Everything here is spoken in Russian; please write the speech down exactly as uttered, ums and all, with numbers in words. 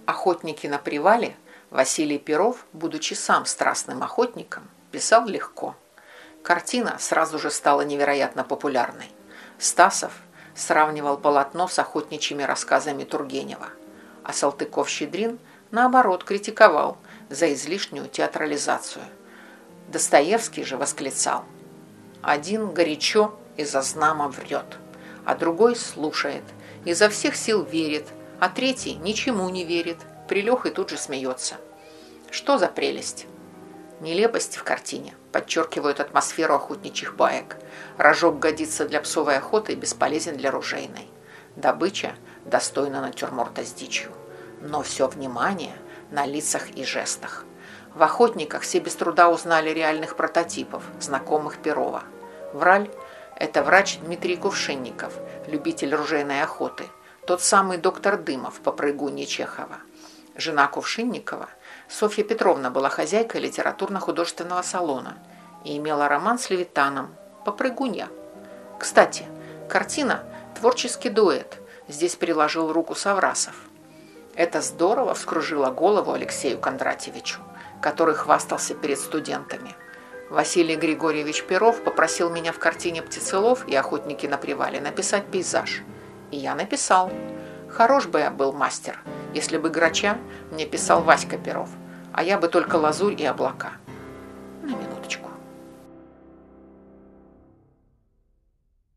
«Охотники на привале» Василий Перов, будучи сам страстным охотником, писал легко. Картина сразу же стала невероятно популярной. Стасов сравнивал полотно с охотничьими рассказами Тургенева, а Салтыков-Щедрин, наоборот, критиковал за излишнюю театрализацию. Достоевский же восклицал: «Один горячо и зазнамо врет, а другой слушает, изо всех сил верит, а третий ничему не верит, прилег и тут же смеется». Что за прелесть! Нелепости в картине подчеркивают атмосферу охотничьих баек. Рожок годится для псовой охоты и бесполезен для ружейной. Добыча достойна натюрморта с дичью. Но все внимание на лицах и жестах. В «Охотниках» все без труда узнали реальных прототипов, знакомых Перова. Враль – это врач Дмитрий Кувшинников, любитель ружейной охоты, тот самый доктор Дымов по прыгунье Чехова. Жена Кувшинникова, Софья Петровна, была хозяйкой литературно-художественного салона и имела роман с Левитаном, попрыгунья. Кстати, картина – творческий дуэт, здесь приложил руку Саврасов. Это здорово вскружило голову Алексею Кондратьевичу, который хвастался перед студентами. Василий Григорьевич Перов попросил меня в картине «Птицелов» и «Охотники на привале» написать пейзаж. И я написал. Хорош бы я был мастер, если бы Грача мне писал Васька Перов, а я бы только лазурь и облака.